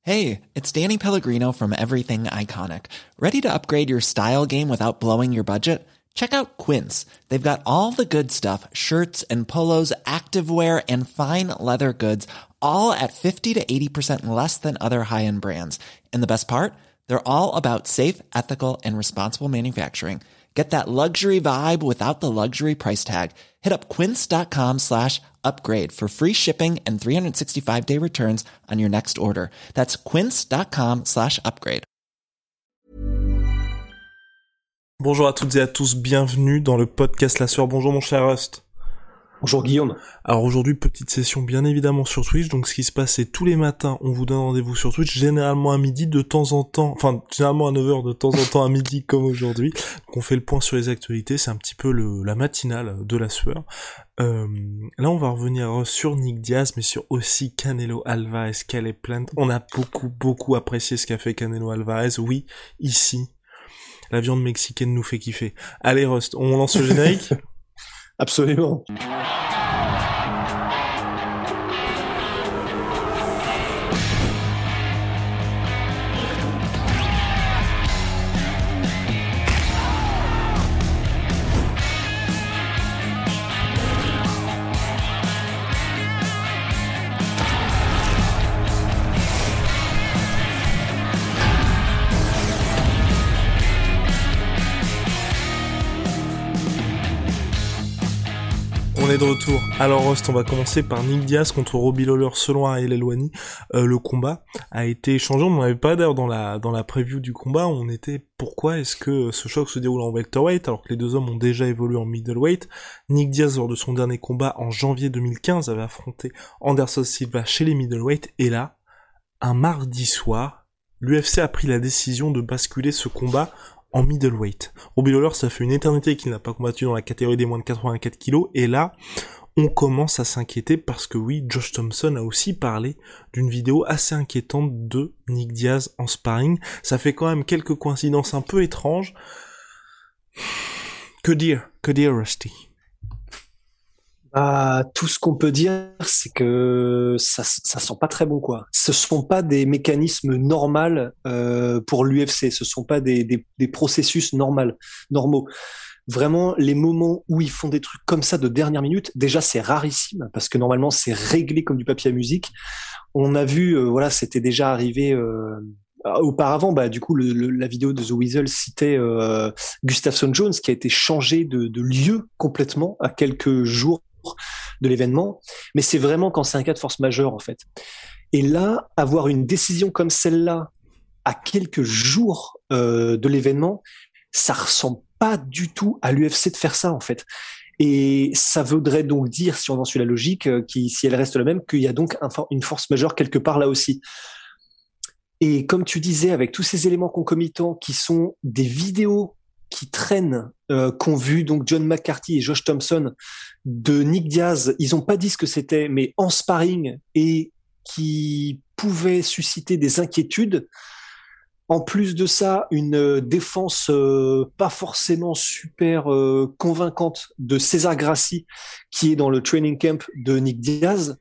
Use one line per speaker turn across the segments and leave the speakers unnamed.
Hey, it's Danny Pellegrino from Everything Iconic. Ready to upgrade your style game without blowing your budget? Check out Quince. They've got all the good stuff, shirts and polos, activewear, and fine leather goods, all at 50 to 80% less than other high-end brands. And the best part? They're all about safe, ethical, and responsible manufacturing. Get that luxury vibe without the luxury price tag. Hit up quince.com/upgrade for free shipping and 365-day returns on your next order. That's quince.com/upgrade.
Bonjour à toutes et à tous, bienvenue dans le podcast La Sueur. Bonjour mon cher Rust.
Bonjour Guillaume.
Alors aujourd'hui, petite session bien évidemment sur Twitch, donc ce qui se passe c'est tous les matins, on vous donne rendez-vous sur Twitch, généralement à midi de temps en temps, enfin généralement à 9h de temps en temps à midi comme aujourd'hui, donc on fait le point sur les actualités, c'est un petit peu la matinale de La Sueur. Là on va revenir sur Nick Diaz, mais sur aussi Canelo Alvarez, Caleb Plant. On a beaucoup apprécié ce qu'a fait Canelo Alvarez, oui, ici, la viande mexicaine nous fait kiffer. Allez Rust, on lance le générique.
Absolument.
On est de retour. Alors Rust, on va commencer par Nick Diaz contre Robbie Lawler selon Ariel Helwani. Le combat a été échangé, on n'en avait pas d'ailleurs dans la preview du combat, on était pourquoi est-ce que ce choc se déroule en welterweight alors que les deux hommes ont déjà évolué en middleweight. Nick Diaz lors de son dernier combat en janvier 2015 avait affronté Anderson Silva chez les middleweight et là, un mardi soir, l'UFC a pris la décision de basculer ce combat en middleweight. Robbie Lawler, ça fait une éternité qu'il n'a pas combattu dans la catégorie des moins de 84 kilos, et là, on commence à s'inquiéter parce que oui, Josh Thompson a aussi parlé d'une vidéo assez inquiétante de Nick Diaz en sparring. Ça fait quand même quelques coïncidences un peu étranges. Que dire, Rusty?
Tout ce qu'on peut dire, c'est que ça sent pas très bon, quoi. Ce sont pas des mécanismes normaux pour l'UFC. Ce sont pas des processus normaux. Vraiment, les moments où ils font des trucs comme ça de dernière minute, déjà c'est rarissime parce que normalement c'est réglé comme du papier à musique. On a vu, c'était déjà arrivé. Auparavant, du coup, la vidéo de The Weasel citait Gustafsson Jones qui a été changé de lieu complètement à quelques jours de l'événement, mais c'est vraiment quand c'est un cas de force majeure en fait. Et là, avoir une décision comme celle-là à quelques jours de l'événement, ça ressemble pas du tout à l'UFC de faire ça en fait. Et ça voudrait donc dire, si on en suit la logique, si elle reste la même, qu'il y a donc une force majeure quelque part là aussi. Et comme tu disais, avec tous ces éléments concomitants qui sont des vidéos qui traînent, qu'ont vu donc John McCarthy et Josh Thompson de Nick Diaz, ils n'ont pas dit ce que c'était, mais en sparring et qui pouvaient susciter des inquiétudes. En plus de ça, une défense pas forcément super convaincante de César Gracie, qui est dans le training camp de Nick Diaz.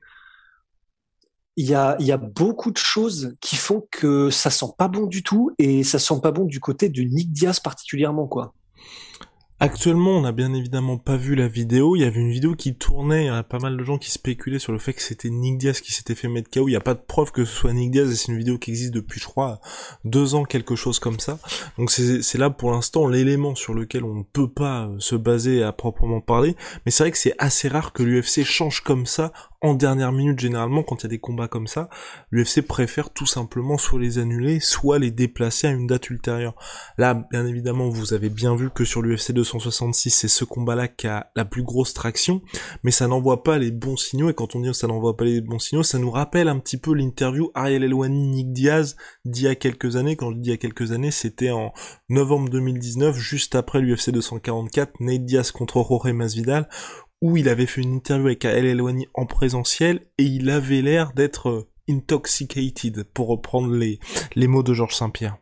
Il y a beaucoup de choses qui font que ça sent pas bon du tout, et ça sent pas bon du côté de Nick Diaz particulièrement, quoi.
Actuellement, on n'a bien évidemment pas vu la vidéo. Il y avait une vidéo qui tournait, il y a pas mal de gens qui spéculaient sur le fait que c'était Nick Diaz qui s'était fait mettre KO. Il n'y a pas de preuve que ce soit Nick Diaz, et c'est une vidéo qui existe depuis, je crois, 2 ans, quelque chose comme ça. Donc c'est là pour l'instant l'élément sur lequel on ne peut pas se baser à proprement parler. Mais c'est vrai que c'est assez rare que l'UFC change comme ça en dernière minute. Généralement, quand il y a des combats comme ça, l'UFC préfère tout simplement soit les annuler, soit les déplacer à une date ultérieure. Là, bien évidemment, vous avez bien vu que sur l'UFC 266, c'est ce combat-là qui a la plus grosse traction, mais ça n'envoie pas les bons signaux, et quand on dit que ça n'envoie pas les bons signaux, ça nous rappelle un petit peu l'interview Ariel Helwani, Nick Diaz, d'il y a quelques années. Quand je dis il y a quelques années, c'était en novembre 2019, juste après l'UFC 244, Nate Diaz contre Jorge Masvidal, où il avait fait une interview avec Ariel Helwani en présentiel, et il avait l'air d'être intoxicated, pour reprendre les mots de Georges Saint-Pierre.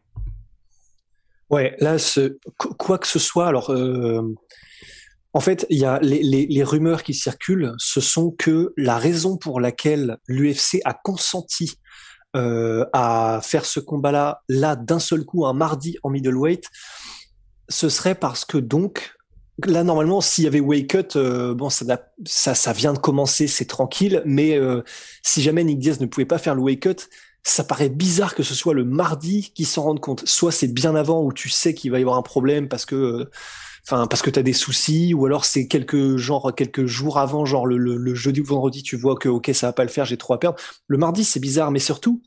Ouais, là, quoi que ce soit, alors, en fait, il y a les rumeurs qui circulent, ce sont que la raison pour laquelle l'UFC a consenti à faire ce combat-là d'un seul coup un mardi en middleweight, ce serait parce que donc là normalement s'il y avait weight cut, bon ça vient de commencer, c'est tranquille, mais si jamais Nick Diaz ne pouvait pas faire le weight cut, ça paraît bizarre que ce soit le mardi qu'ils s'en rendent compte. Soit c'est bien avant où tu sais qu'il va y avoir un problème parce que t'as des soucis, ou alors c'est quelques jours avant, genre le jeudi ou vendredi, tu vois que ok ça va pas le faire, j'ai trop à perdre. Le mardi c'est bizarre, mais surtout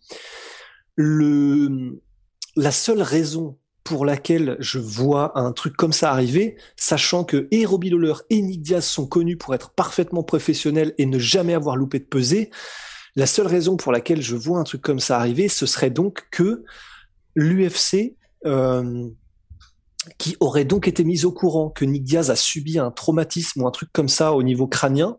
la seule raison pour laquelle je vois un truc comme ça arriver, sachant que et Robbie Lawler et Nick Diaz sont connus pour être parfaitement professionnels et ne jamais avoir loupé de pesée, la seule raison pour laquelle je vois un truc comme ça arriver, ce serait donc que l'UFC, qui aurait donc été mise au courant que Nick Diaz a subi un traumatisme ou un truc comme ça au niveau crânien,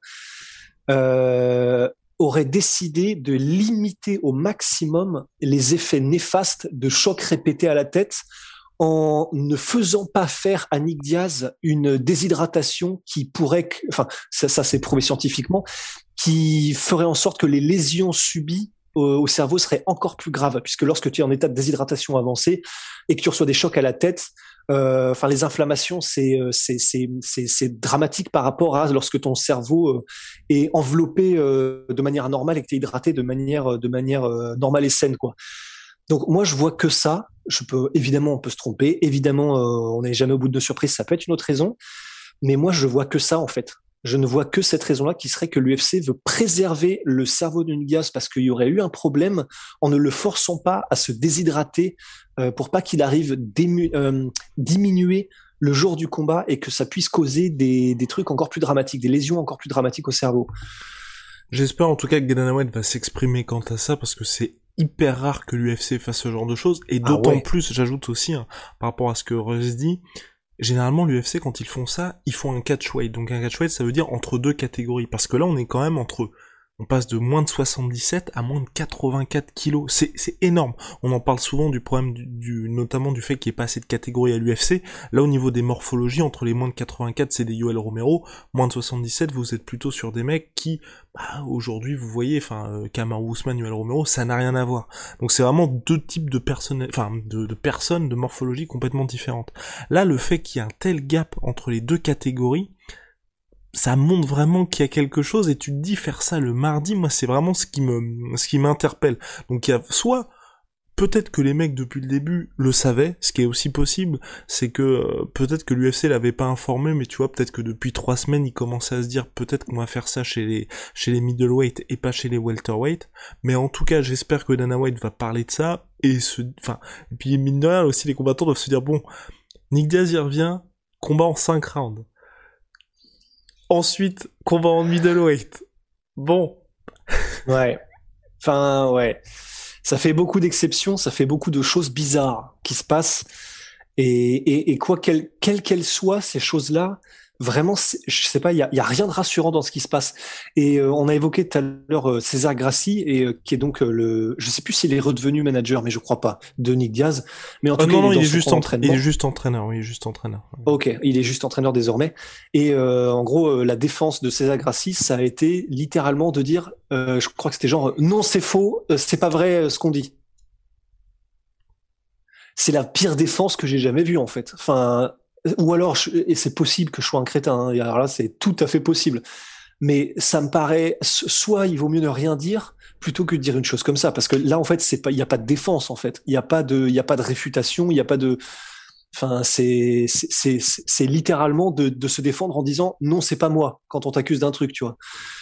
aurait décidé de limiter au maximum les effets néfastes de chocs répétés à la tête en ne faisant pas faire à Nick Diaz une déshydratation qui pourrait, enfin ça c'est prouvé scientifiquement, qui ferait en sorte que les lésions subies au cerveau seraient encore plus graves, puisque lorsque tu es en état de déshydratation avancée et que tu reçois des chocs à la tête, enfin les inflammations c'est dramatique par rapport à lorsque ton cerveau est enveloppé de manière normale et que tu es hydraté de manière normale et saine, quoi. Donc moi je vois que ça. Évidemment on peut se tromper, évidemment on n'est jamais au bout de nos surprises, ça peut être une autre raison, mais moi je vois que ça en fait. Je ne vois que cette raison-là, qui serait que l'UFC veut préserver le cerveau de Nick Diaz parce qu'il y aurait eu un problème en ne le forçant pas à se déshydrater pour pas qu'il arrive diminuer le jour du combat et que ça puisse causer des trucs encore plus dramatiques, des lésions encore plus dramatiques au cerveau.
J'espère en tout cas que Dana White va s'exprimer quant à ça, parce que c'est hyper rare que l'UFC fasse ce genre de choses, et d'autant plus, j'ajoute aussi, par rapport à ce que Russ dit, généralement l'UFC quand ils font ça, ils font un catchweight. Donc un catchweight ça veut dire entre deux catégories, parce que là on est quand même on passe de moins de 77 à moins de 84 kilos. C'est énorme. On en parle souvent du problème notamment du fait qu'il n'y ait pas assez de catégories à l'UFC. Là, au niveau des morphologies, entre les moins de 84, c'est des Yoel Romero. Moins de 77, vous êtes plutôt sur des mecs qui, aujourd'hui, vous voyez, Kamaru Usman, Yoel Romero, ça n'a rien à voir. Donc c'est vraiment deux types de personnes, de personnes, de morphologie complètement différentes. Là, le fait qu'il y ait un tel gap entre les deux catégories, ça montre vraiment qu'il y a quelque chose, et tu te dis faire ça le mardi, moi c'est vraiment ce qui m'interpelle. Donc il y a soit peut-être que les mecs depuis le début le savaient, ce qui est aussi possible, c'est que peut-être que l'UFC l'avait pas informé, mais tu vois, peut-être que depuis 3 semaines ils commençaient à se dire peut-être qu'on va faire ça chez les middleweight et pas chez les welterweight. Mais en tout cas, j'espère que Dana White va parler de ça et puis mine de rien aussi les combattants doivent se dire bon, Nick Diaz y revient, combat en 5 rounds. Ensuite, combat en middleweight. Bon.
Ouais. Ouais. Ça fait beaucoup d'exceptions, ça fait beaucoup de choses bizarres qui se passent. Et quoi, quelles qu'elles soient, ces choses-là, vraiment, je sais pas, il y a rien de rassurant dans ce qui se passe. Et on a évoqué tout à l'heure César Grassi, qui est donc je sais plus s'il est redevenu manager, mais je crois pas, de Nick Diaz. Mais en tout cas,
il est juste entraîneur. Il est juste entraîneur.
Ok, il est juste entraîneur désormais. Et en gros, la défense de César Grassi, ça a été littéralement de dire, je crois que c'était genre, non, c'est faux, c'est pas vrai ce qu'on dit. C'est la pire défense que j'ai jamais vue en fait. Ou alors, et c'est possible que je sois un crétin, hein, et alors là c'est tout à fait possible. Mais ça me paraît, soit il vaut mieux ne rien dire plutôt que de dire une chose comme ça, parce que là en fait il n'y a pas de défense en fait, il n'y a pas de réfutation, il n'y a pas de, c'est littéralement de se défendre en disant non c'est pas moi quand on t'accuse d'un truc, tu vois.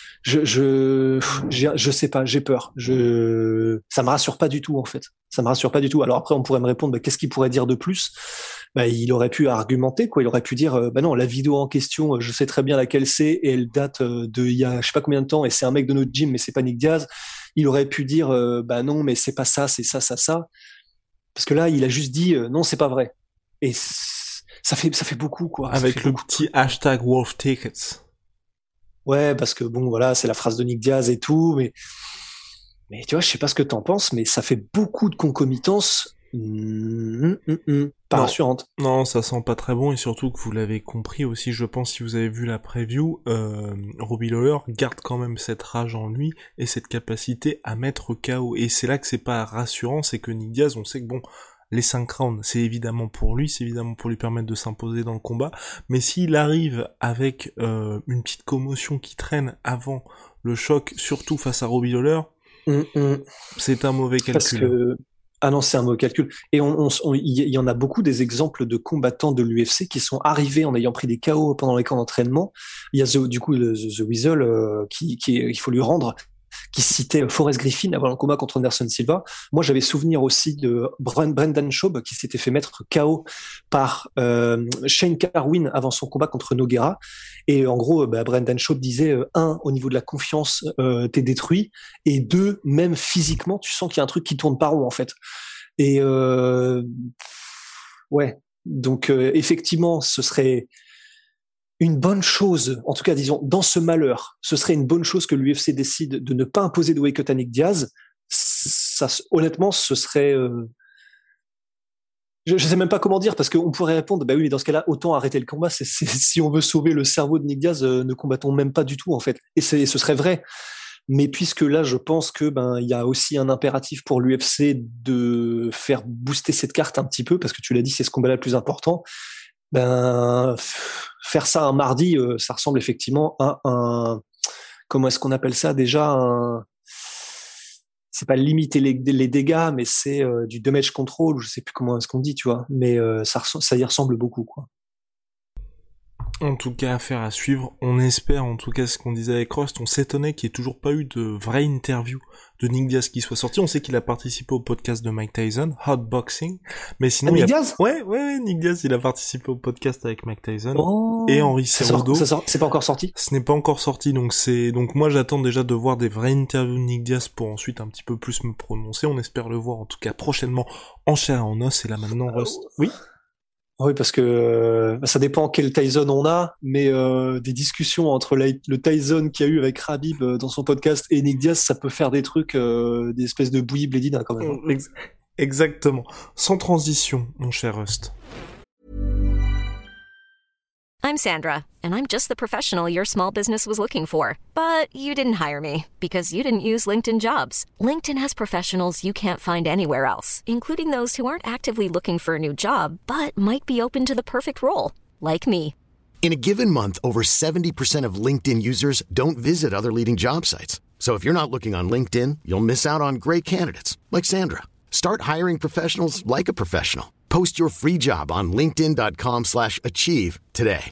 Je sais pas, j'ai peur. Ça me rassure pas du tout en fait. Ça me rassure pas du tout. Alors après, on pourrait me répondre, qu'est-ce qu'il pourrait dire de plus? Il aurait pu argumenter, quoi. Il aurait pu dire, non, la vidéo en question, je sais très bien laquelle c'est et elle date de il y a je sais pas combien de temps et c'est un mec de notre gym, mais c'est pas Nick Diaz. Il aurait pu dire, non, mais c'est pas ça, c'est ça, ça, ça. Parce que là, il a juste dit, non, c'est pas vrai. Et ça fait beaucoup, quoi.
Avec le petit hashtag Wolf Tickets.
Ouais, parce que bon, voilà, c'est la phrase de Nick Diaz et tout, mais tu vois, je sais pas ce que t'en penses, mais ça fait beaucoup de concomitance Pas
Non.
rassurante.
Non, ça sent pas très bon, et surtout que vous l'avez compris aussi, je pense, si vous avez vu la preview, Robbie Lawler garde quand même cette rage en lui, et cette capacité à mettre KO. Et c'est là que c'est pas rassurant, c'est que Nick Diaz, on sait que bon, les 5 rounds, c'est évidemment pour lui, c'est évidemment pour lui permettre de s'imposer dans le combat, mais s'il arrive avec une petite commotion qui traîne avant le choc, surtout face à Robbie Lawler, c'est un mauvais calcul.
Parce que ah non, c'est un mauvais calcul. Et il y en a beaucoup des exemples de combattants de l'UFC qui sont arrivés en ayant pris des KO pendant les camps d'entraînement. Il y a du coup The Weasel il faut lui rendre, qui citait Forrest Griffin avant le combat contre Anderson Silva. Moi, j'avais souvenir aussi de Brendan Schaub qui s'était fait mettre KO par Shane Carwin avant son combat contre Nogueira. Et en gros, Brendan Schaub disait au niveau de la confiance, t'es détruit, et 2, même physiquement, tu sens qu'il y a un truc qui tourne pas rond en fait. Et ouais, donc effectivement, ce serait une bonne chose, en tout cas, disons, dans ce malheur, ce serait une bonne chose que l'UFC décide de ne pas imposer de weight cut à Nick Diaz. Ça, honnêtement, ce serait... Je sais même pas comment dire, parce qu'on pourrait répondre, bah oui, mais dans ce cas-là, autant arrêter le combat. Si on veut sauver le cerveau de Nick Diaz, ne combattons même pas du tout, en fait. Et ce serait vrai. Mais puisque là, je pense que il y a aussi un impératif pour l'UFC de faire booster cette carte un petit peu, parce que tu l'as dit, c'est ce combat-là le plus important. Faire ça un mardi, ça ressemble effectivement à comment est-ce qu'on appelle ça déjà, c'est pas limiter les dégâts, mais c'est du damage control, je sais plus comment est-ce qu'on dit, tu vois, mais ça y ressemble beaucoup, quoi.
En tout cas, affaire à suivre. On espère, en tout cas, ce qu'on disait avec Rust. On s'étonnait qu'il n'y ait toujours pas eu de vraie interview de Nick Diaz qui soit sorti. On sait qu'il a participé au podcast de Mike Tyson, Hot Boxing. Mais sinon,
Nick Diaz?
Ouais, Nick Diaz, il a participé au podcast avec Mike Tyson.
Oh,
et Henri Cerudo.
C'est pas encore sorti?
Ce n'est pas encore sorti, donc moi j'attends déjà de voir des vraies interviews de Nick Diaz pour ensuite un petit peu plus me prononcer. On espère le voir, en tout cas, prochainement en chair et en os. Et là, maintenant, Rust.
Oui. Oui, parce que ça dépend quel Tyson on a, mais des discussions entre le Tyson qu'il y a eu avec Khabib dans son podcast et Nick Diaz, ça peut faire des trucs, des espèces de bouillie blédine quand même.
Exactement. Sans transition, mon cher Rust.
I'm Sandra, and I'm just the professional your small business was looking for. But you didn't hire me because you didn't use LinkedIn Jobs. LinkedIn has professionals you can't find anywhere else, including those who aren't actively looking for a new job, but might be open to the perfect role, like me.
In a given month, over 70% of LinkedIn users don't visit other leading job sites. So if you're not looking on LinkedIn, you'll miss out on great candidates, like Sandra. Start hiring professionals like a professional. Post your free job on linkedin.com/achieve today.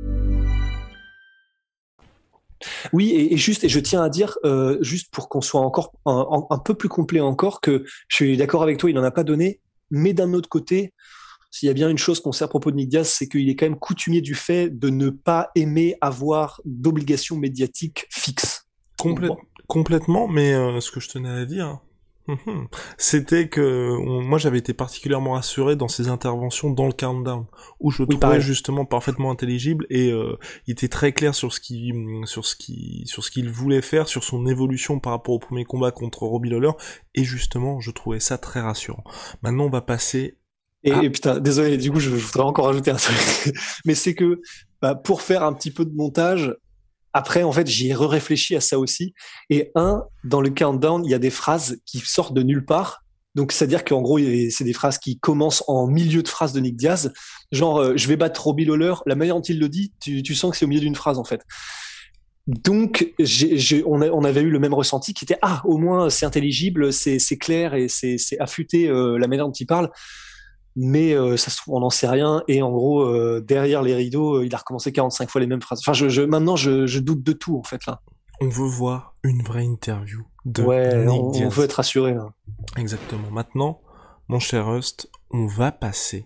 Oui, et je tiens à dire, juste pour qu'on soit encore un peu plus complet encore, que je suis d'accord avec toi, il n'en a pas donné, mais d'un autre côté, s'il y a bien une chose qu'on sait à propos de Nick Diaz, c'est qu'il est quand même coutumier du fait de ne pas aimer avoir d'obligations médiatiques fixes.
Complètement, mais ce que je tenais à dire... c'était que moi j'avais été particulièrement rassuré dans ses interventions dans le countdown où je trouvais justement parfaitement intelligible et il était très clair sur ce qu'il voulait faire, sur son évolution par rapport au premier combat contre Robbie Lawler, et justement je trouvais ça très rassurant. Maintenant on va passer
et putain, désolé, du coup je voudrais encore rajouter un truc, mais c'est que pour faire un petit peu de montage, après, en fait, j'y ai réfléchi à ça aussi. Et dans le countdown, il y a des phrases qui sortent de nulle part. Donc, c'est-à-dire qu'en gros, c'est des phrases qui commencent en milieu de phrase de Nick Diaz. Genre, je vais battre Robbie Lawler. La manière dont il le dit, tu sens que c'est au milieu d'une phrase, en fait. Donc, on avait eu le même ressenti qui était, au moins, c'est intelligible, c'est clair et c'est affûté, la manière dont il parle. Mais ça se trouve, on n'en sait rien, et en gros derrière les rideaux il a recommencé 45 fois les mêmes phrases. Enfin maintenant je doute de tout en fait là.
On veut voir une vraie interview de
Nick
Diaz.
On veut être rassuré là.
Exactement. Maintenant, mon cher Rust, on va passer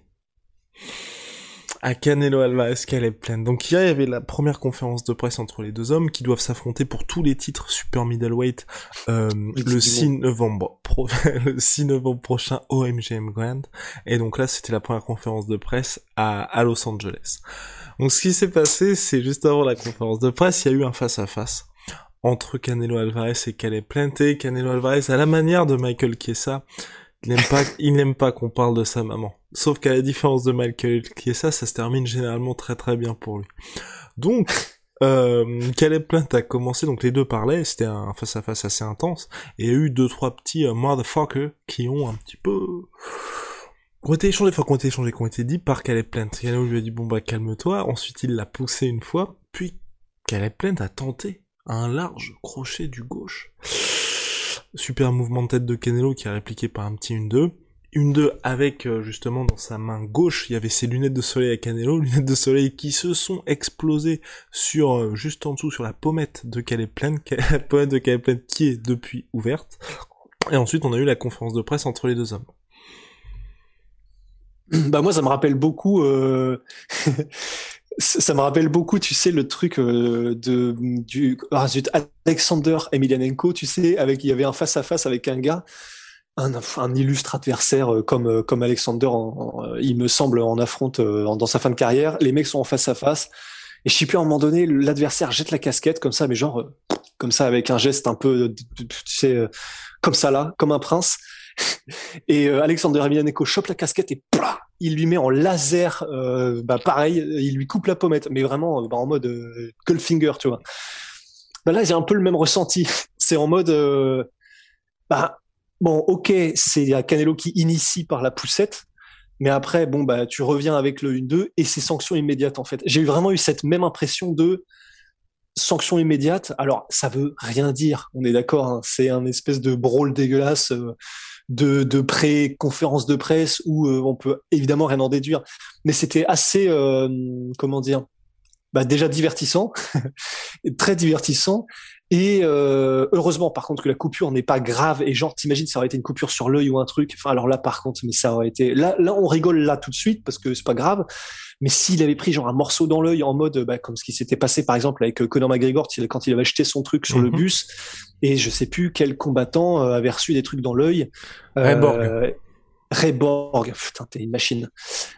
à Canelo Alvarez, Caleb Plant. Donc hier, il y avait la première conférence de presse entre les deux hommes qui doivent s'affronter pour tous les titres super middleweight le 6 novembre prochain au MGM Grand. Et donc là, c'était la première conférence de presse à Los Angeles. Donc ce qui s'est passé, c'est juste avant la conférence de presse, il y a eu un face-à-face entre Canelo Alvarez et Caleb Plant, et Canelo Alvarez, à la manière de Michael Chiesa, Il n'aime pas qu'on parle de sa maman. Sauf qu'à la différence de Michael Chiesa, ça se termine généralement très très bien pour lui. Donc, Caleb Plant a commencé, donc les deux parlaient, c'était un face-à-face assez intense, et il y a eu 2-3 petits motherfuckers qui ont un petit peu... qui ont été dit par Caleb Plant. Canelo lui a dit, bon bah calme-toi, ensuite il l'a poussé une fois, puis Caleb Plant a tenté un large crochet du gauche. Super mouvement de tête de Canelo qui a répliqué par un petit 1-2. 1-2 avec, justement, dans sa main gauche, il y avait ses lunettes de soleil à Canelo, lunettes de soleil qui se sont explosées sur, juste en dessous, sur la pommette de Caleb Plant, la pommette de Caleb Plant qui est depuis ouverte. Et ensuite, on a eu la conférence de presse entre les deux hommes.
Bah moi, ça me rappelle beaucoup... Ça me rappelle beaucoup, tu sais, le truc Alexander Emelianenko, tu sais, il y avait un face-à-face avec un gars, un illustre adversaire comme Alexander, il me semble, en affronte dans sa fin de carrière. Les mecs sont en face-à-face, et je sais plus, à un moment donné, l'adversaire jette la casquette comme ça, mais genre comme ça, avec un geste un peu, tu sais, comme ça là, comme un prince. Et Alexander Emelianenko chope la casquette et plah, il lui met en laser, pareil, il lui coupe la pommette, mais vraiment en mode Goldfinger, tu vois. Bah là, j'ai un peu le même ressenti. C'est en mode, bon, ok, c'est Canelo qui initie par la poussette, mais après, bon, bah, tu reviens avec le 1-2 et c'est sanction immédiate, en fait. J'ai vraiment eu cette même impression de sanction immédiate. Alors, ça veut rien dire, on est d'accord, hein. C'est un espèce de brawl dégueulasse, de pré-conférence de presse où on peut évidemment rien en déduire, mais c'était assez comment dire, déjà divertissant très divertissant, et heureusement par contre que la coupure n'est pas grave, et genre t'imagines ça aurait été une coupure sur l'œil ou un truc, enfin alors là par contre, mais ça aurait été là on rigole là tout de suite parce que c'est pas grave, mais s'il avait pris genre un morceau dans l'œil en mode comme ce qui s'était passé par exemple avec Conor McGregor quand il avait jeté son truc sur le bus, et je sais plus quel combattant avait reçu des trucs dans l'œil. Ray Borg, putain, t'es une machine.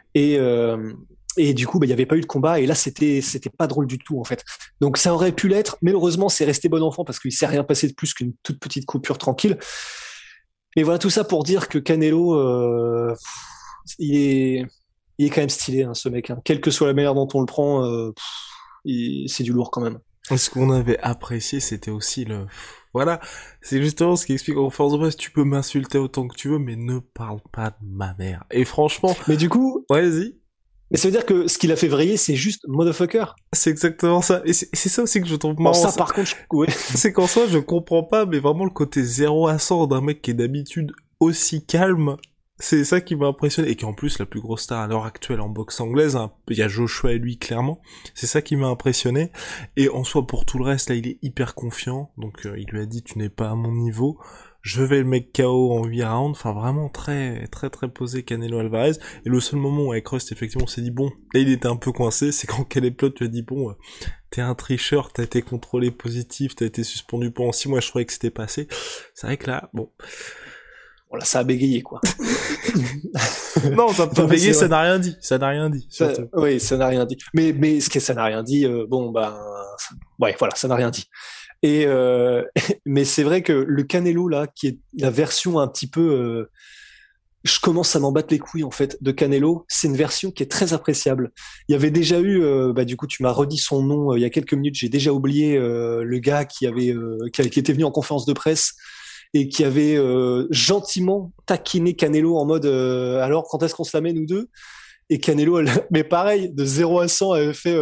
Et du coup, il n'y avait pas eu de combat, et là, c'était pas drôle du tout, en fait. Donc, ça aurait pu l'être, mais heureusement, c'est resté bon enfant parce qu'il s'est rien passé de plus qu'une toute petite coupure tranquille. Et voilà, tout ça pour dire que Canelo, il est quand même stylé, hein, ce mec, hein. Quelle que soit la manière dont on le prend, c'est du lourd quand même.
Ce qu'on avait apprécié, c'était aussi voilà, c'est justement ce qui explique en force de presse, tu peux m'insulter autant que tu veux, mais ne parle pas de ma mère. Et franchement...
Mais du coup...
Ouais, vas-y.
Mais ça veut dire que ce qu'il a fait vriller, c'est juste motherfucker.
C'est exactement ça. Et c'est ça aussi que je trouve marrant.
Bon, ça, par contre, ouais.
C'est qu'en soi, je comprends pas, mais vraiment le côté 0 à 100 d'un mec qui est d'habitude aussi calme, c'est ça qui m'a impressionné. Et qui en plus, la plus grosse star à l'heure actuelle en boxe anglaise, hein, il y a Joshua et lui, clairement. C'est ça qui m'a impressionné. Et en soi, pour tout le reste, là, il est hyper confiant. Donc, il lui a dit, tu n'es pas à mon niveau. Je vais le mec KO en 8 rounds, enfin vraiment très très très posé Canelo Alvarez, et le seul moment où avec Rust effectivement on s'est dit bon, là il était un peu coincé, c'est quand Caleb Plant lui a dit bon, t'es un tricheur, t'as été contrôlé positif, t'as été suspendu pendant 6 mois, je croyais que c'était passé. C'est vrai que là, bon...
Voilà, ça a bégayé, quoi.
Non, ça a pas bégayé, ça n'a rien dit.
Oui, ça n'a rien dit. Mais ce que ça n'a rien dit, ouais, voilà, ça n'a rien dit. Et mais c'est vrai que le Canelo là, qui est la version un petit peu, je commence à m'en battre les couilles en fait de Canelo. C'est une version qui est très appréciable. Il y avait déjà eu, du coup tu m'as redit son nom il y a quelques minutes. J'ai déjà oublié le gars qui était venu en conférence de presse et qui avait gentiment taquiné Canelo en mode alors quand est-ce qu'on se la met nous deux? Et Canelo, mais pareil, de 0 à 100, elle avait fait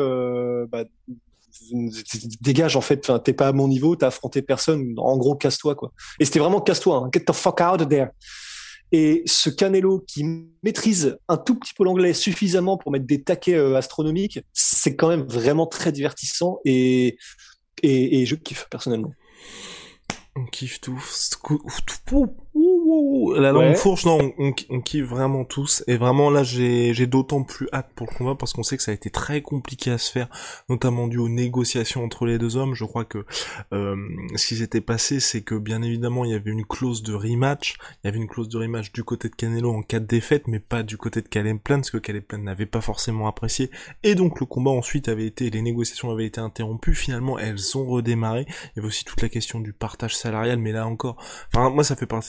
dégage en fait, enfin, t'es pas à mon niveau, t'as affronté personne, en gros casse-toi quoi. Et c'était vraiment casse-toi, hein. Get the fuck out of there. Et ce Canelo qui maîtrise un tout petit peu l'anglais suffisamment pour mettre des taquets astronomiques, c'est quand même vraiment très divertissant, et je kiffe personnellement.
On kiffe tous. La langue fourche, non, on kiffe vraiment tous. Et vraiment, là, j'ai d'autant plus hâte pour le combat parce qu'on sait que ça a été très compliqué à se faire, notamment dû aux négociations entre les deux hommes. Je crois que ce qui s'était passé, c'est que bien évidemment, il y avait une clause de rematch. Il y avait une clause de rematch du côté de Canelo en cas de défaite, mais pas du côté de Caleb Plant, ce que Caleb Plant n'avait pas forcément apprécié. Et donc, le combat ensuite les négociations avaient été interrompues. Finalement, elles ont redémarré. Il y avait aussi toute la question du partage salarial, mais là encore, enfin, moi, ça fait partie des trucs qui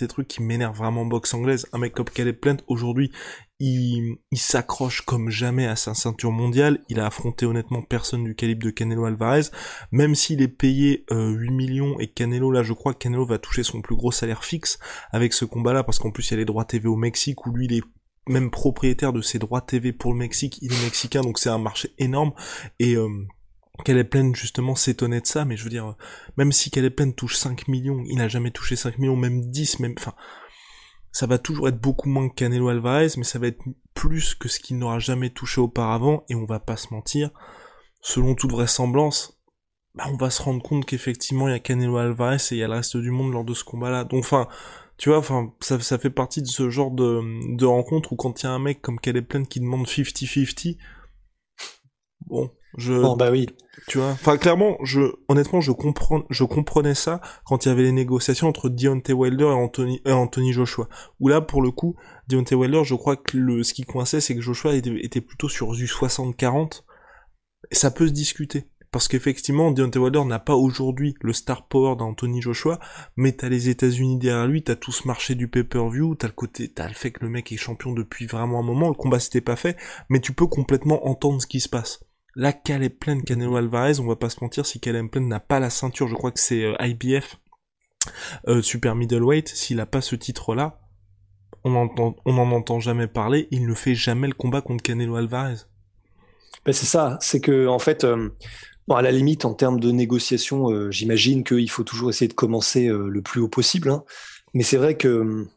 m'énerve vraiment en boxe anglaise. Un mec comme Caleb Plant, aujourd'hui, il s'accroche comme jamais à sa ceinture mondiale. Il a affronté honnêtement personne du calibre de Canelo Alvarez. Même s'il est payé 8 millions et Canelo, là, je crois que Canelo va toucher son plus gros salaire fixe avec ce combat-là, parce qu'en plus, il y a les droits TV au Mexique, où lui, il est même propriétaire de ses droits TV pour le Mexique. Il est mexicain, donc c'est un marché énorme. Et Caleb Plant, justement, s'étonnait de ça, mais je veux dire, même si Caleb Plant touche 5 millions, il n'a jamais touché 5 millions, même 10, enfin, ça va toujours être beaucoup moins que Canelo Alvarez, mais ça va être plus que ce qu'il n'aura jamais touché auparavant, et on va pas se mentir, selon toute vraisemblance, on va se rendre compte qu'effectivement, il y a Canelo Alvarez et il y a le reste du monde lors de ce combat-là. Donc, enfin, tu vois, enfin, ça fait partie de ce genre de rencontre où quand il y a un mec comme Caleb Plant qui demande 50-50, bon,
oui.
Tu vois, enfin, clairement, honnêtement, je comprenais ça quand il y avait les négociations entre Deontay Wilder et Anthony Joshua. Où là, pour le coup, Deontay Wilder, je crois que ce qui coinçait, c'est que Joshua était plutôt sur du 60-40. Et ça peut se discuter. Parce qu'effectivement, Deontay Wilder n'a pas aujourd'hui le star power d'Anthony Joshua, mais t'as les États-Unis derrière lui, t'as tout ce marché du pay-per-view, t'as le fait que le mec est champion depuis vraiment un moment, le combat s'était pas fait, mais tu peux complètement entendre ce qui se passe. Là, Caleb Plant, Canelo Alvarez, on va pas se mentir, si Caleb Plant n'a pas la ceinture, je crois que c'est IBF, Super Middleweight, s'il a pas ce titre-là, on en entend jamais parler, il ne fait jamais le combat contre Canelo Alvarez.
Ben c'est ça, c'est que en fait, à la limite, en termes de négociation, j'imagine qu'il faut toujours essayer de commencer le plus haut possible, hein. Mais c'est vrai que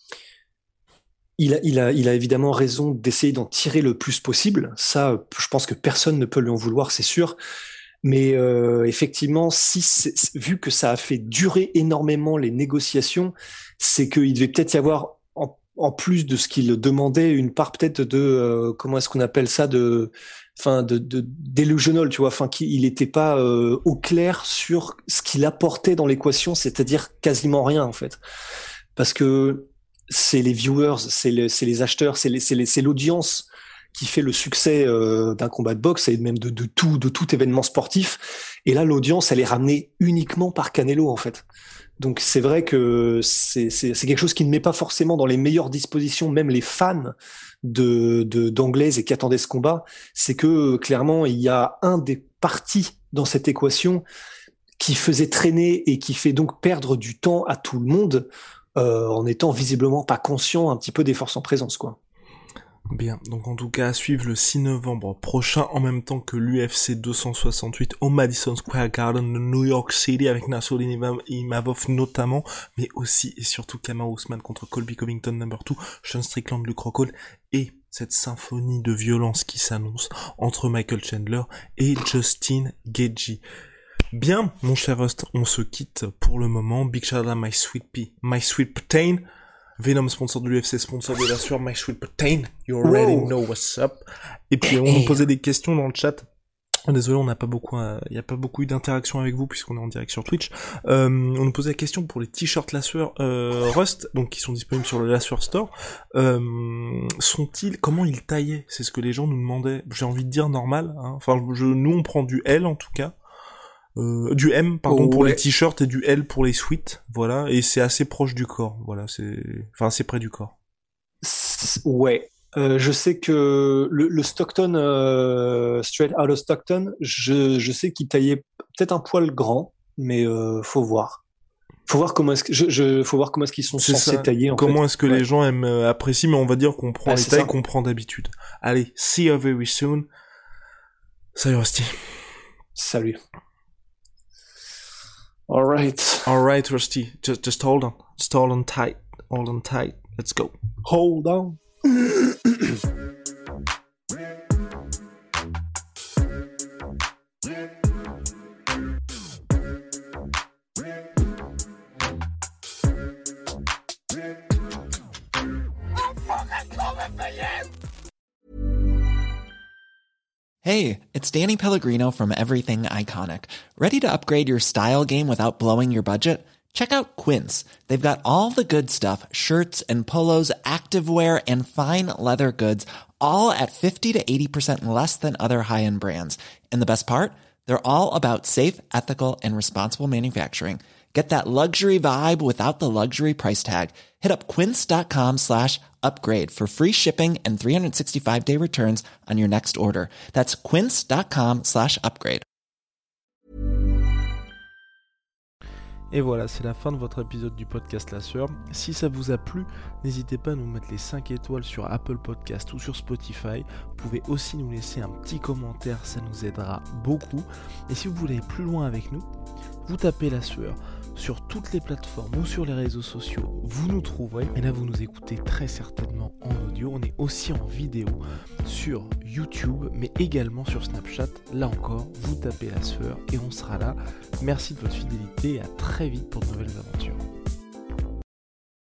il a évidemment raison d'essayer d'en tirer le plus possible. Ça, je pense que personne ne peut lui en vouloir, c'est sûr. Mais effectivement, vu que ça a fait durer énormément les négociations, c'est qu'il devait peut-être y avoir, en plus de ce qu'il demandait, une part peut-être de comment est-ce qu'on appelle ça, de delusional, tu vois, enfin qu'il n'était pas au clair sur ce qu'il apportait dans l'équation, c'est-à-dire quasiment rien en fait, parce que c'est les viewers, c'est les acheteurs, c'est l'audience qui fait le succès d'un combat de boxe et même de tout événement sportif. Et là, l'audience, elle est ramenée uniquement par Canelo en fait. Donc c'est vrai que c'est quelque chose qui ne met pas forcément dans les meilleures dispositions, même les fans d'Anglaise et qui attendaient ce combat. C'est que clairement, il y a un des partis dans cette équation qui faisait traîner et qui fait donc perdre du temps à tout le monde, en étant visiblement pas conscient un petit peu des forces en présence, quoi.
Bien, donc en tout cas à suivre le 6 novembre prochain, en même temps que l'UFC 268 au Madison Square Garden de New York City, avec Nassourdine Imavov notamment, mais aussi et surtout Kamaru Usman contre Colby Covington No. 2, Sean Strickland, Luke Rockhold, et cette symphonie de violence qui s'annonce entre Michael Chandler et Justin Gaethje. Bien, mon cher Rust, on se quitte pour le moment. Big shout out à My Sweet Pea, My Sweet Protein, Venom, sponsor de l'UFC, sponsor de la sueur, My Sweet Protein, you already know what's up. Et puis on nous posait des questions dans le chat. Désolé, il n'y a pas beaucoup eu d'interaction avec vous puisqu'on est en direct sur Twitch. On nous posait la question pour les t-shirts La Sueur Rust, donc qui sont disponibles sur le La Sueur Store. Comment ils taillaient? C'est ce que les gens nous demandaient. J'ai envie de dire normal, hein. Enfin, nous on prend du L en tout cas. Du M, pardon, pour les t-shirts et du L pour les sweats, voilà, et c'est assez proche du corps, voilà, assez près du corps.
Ouais. Je sais que le Stockton, Straight Out of Stockton, je sais qu'il taillait peut-être un poil grand, mais faut voir. Faut voir comment est-ce qu'ils sont censés tailler.
Comment est-ce que les gens apprécient, mais on va dire qu'on prend les tailles qu'on prend d'habitude. Allez, see you very soon. Salut Rusty.
Salut. All right,
Rusty. Just hold on. Just hold on tight. Hold on tight. Let's go.
Hold on.
Hey, it's Danny Pellegrino from Everything Iconic. Ready to upgrade your style game without blowing your budget? Check out Quince. They've got all the good stuff, shirts and polos, activewear, and fine leather goods, all at 50 to 80% less than other high-end brands. And the best part? They're all about safe, ethical, and responsible manufacturing. Get that luxury vibe without the luxury price tag. Hit up quince.com/upgrade for free shipping and 365-day returns on your next order. That's quince.com/upgrade.
Et voilà, c'est la fin de votre épisode du podcast La Sueur. Si ça vous a plu, n'hésitez pas à nous mettre les 5 étoiles sur Apple Podcast ou sur Spotify. Vous pouvez aussi nous laisser un petit commentaire, ça nous aidera beaucoup. Et si vous voulez aller plus loin avec nous, vous tapez La Sueur sur toutes les plateformes ou sur les réseaux sociaux, vous nous trouverez. Et là, vous nous écoutez très certainement en audio. On est aussi en vidéo sur YouTube, mais également sur Snapchat. Là encore, vous tapez La Sueur et on sera là. Merci de votre fidélité et à très vite pour de nouvelles aventures.